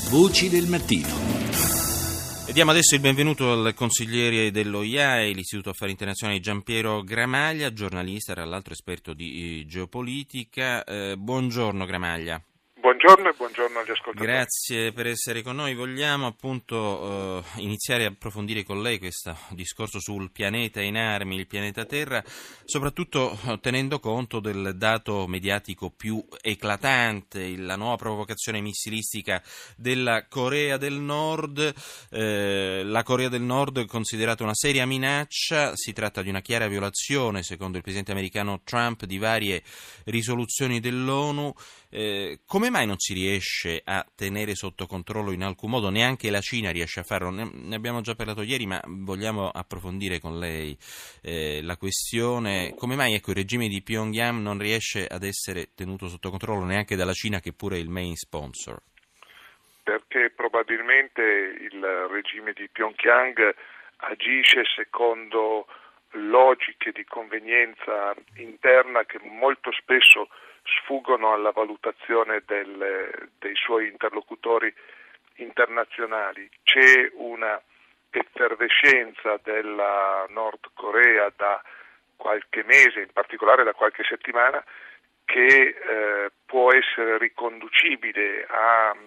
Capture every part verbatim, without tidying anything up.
Voci del mattino. E diamo adesso il benvenuto al consigliere dello I A E, l'Istituto Affari Internazionali, Giampiero Gramaglia, giornalista, tra l'altro esperto di eh, geopolitica. Eh, buongiorno Gramaglia. Buongiorno e buongiorno agli ascoltatori. Grazie per essere con noi. Vogliamo appunto eh, iniziare a approfondire con lei questo discorso sul pianeta in armi, il pianeta Terra, soprattutto tenendo conto del dato mediatico più eclatante, la nuova provocazione missilistica della Corea del Nord. Eh, la Corea del Nord è considerata una seria minaccia, si tratta di una chiara violazione, secondo il presidente americano Trump, di varie risoluzioni dell'ONU. Eh, come mai non si riesce a tenere sotto controllo in alcun modo? Neanche la Cina riesce a farlo. Ne, ne abbiamo già parlato ieri, ma vogliamo approfondire con lei eh, la questione. Come mai ecco, il regime di Pyongyang non riesce ad essere tenuto sotto controllo neanche dalla Cina, che pure è il main sponsor? Perché probabilmente il regime di Pyongyang agisce secondo logiche di convenienza interna che molto spesso sfuggono alla valutazione del, dei suoi interlocutori internazionali. C'è una effervescenza della Nord Corea da qualche mese, in particolare da qualche settimana, che eh, può essere riconducibile a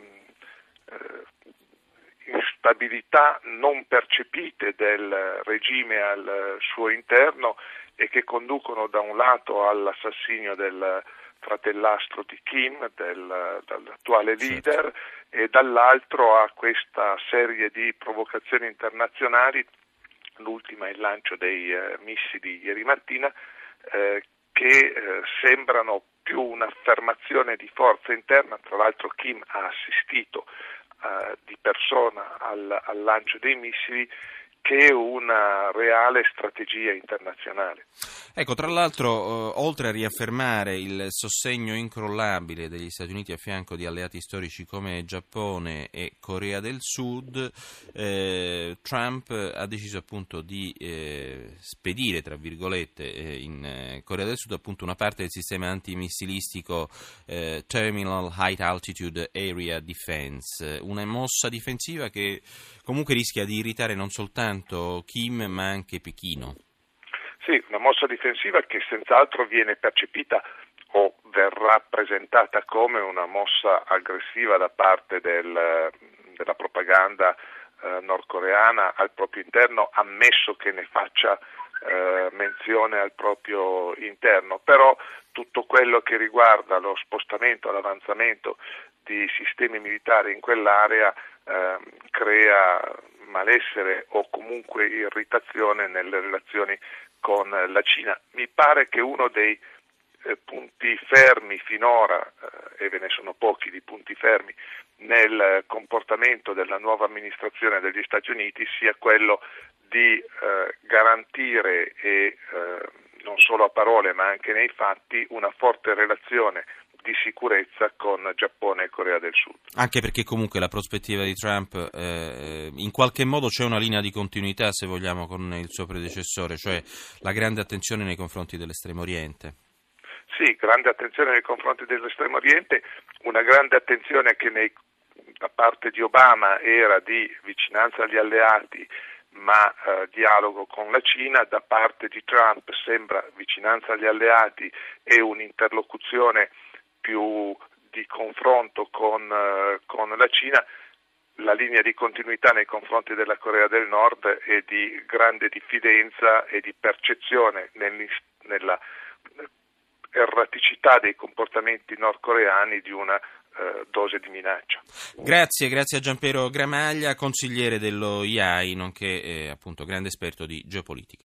eh, instabilità non percepite del regime al suo interno e che conducono da un lato all'assassinio del fratellastro di Kim, del, dell'attuale leader, e dall'altro a questa serie di provocazioni internazionali, l'ultima è il lancio dei eh, missili ieri mattina, eh, che eh, sembrano più un'affermazione di forza interna. Tra l'altro Kim ha assistito eh, di persona al, al lancio dei missili, che una reale strategia internazionale. Ecco, tra l'altro, eh, oltre a riaffermare il sostegno incrollabile degli Stati Uniti a fianco di alleati storici come Giappone e Corea del Sud, eh, Trump ha deciso appunto di eh, spedire, tra virgolette, eh, in eh, Corea del Sud appunto una parte del sistema antimissilistico eh, Terminal High Altitude Area Defense, una mossa difensiva che comunque rischia di irritare non soltanto Kim ma anche Pechino. Sì, una mossa difensiva che senz'altro viene percepita o verrà presentata come una mossa aggressiva da parte del, della propaganda eh, nordcoreana al proprio interno, ammesso che ne faccia eh, menzione al proprio interno. Però tutto quello che riguarda lo spostamento, l'avanzamento di sistemi militari in quell'area eh, crea malessere o comunque irritazione nelle relazioni con la Cina. Mi pare che uno dei eh, punti fermi finora, eh, e ve ne sono pochi di punti fermi, nel comportamento della nuova amministrazione degli Stati Uniti sia quello di eh, garantire, e eh, non solo a parole ma anche nei fatti, una forte relazione di sicurezza con Giappone e Corea del Sud. Anche perché comunque la prospettiva di Trump, eh, in qualche modo c'è una linea di continuità, se vogliamo, con il suo predecessore, cioè la grande attenzione nei confronti dell'Estremo Oriente. Sì, grande attenzione nei confronti dell'Estremo Oriente, una grande attenzione che nei, da parte di Obama era di vicinanza agli alleati, ma eh, dialogo con la Cina. Da parte di Trump sembra vicinanza agli alleati e un'interlocuzione più di confronto con, eh, con la Cina. La linea di continuità nei confronti della Corea del Nord è di grande diffidenza e di percezione nella erraticità dei comportamenti nordcoreani di una eh, dose di minaccia. Grazie, grazie a Giampiero Gramaglia, consigliere dello I A E, nonché eh, appunto grande esperto di geopolitica.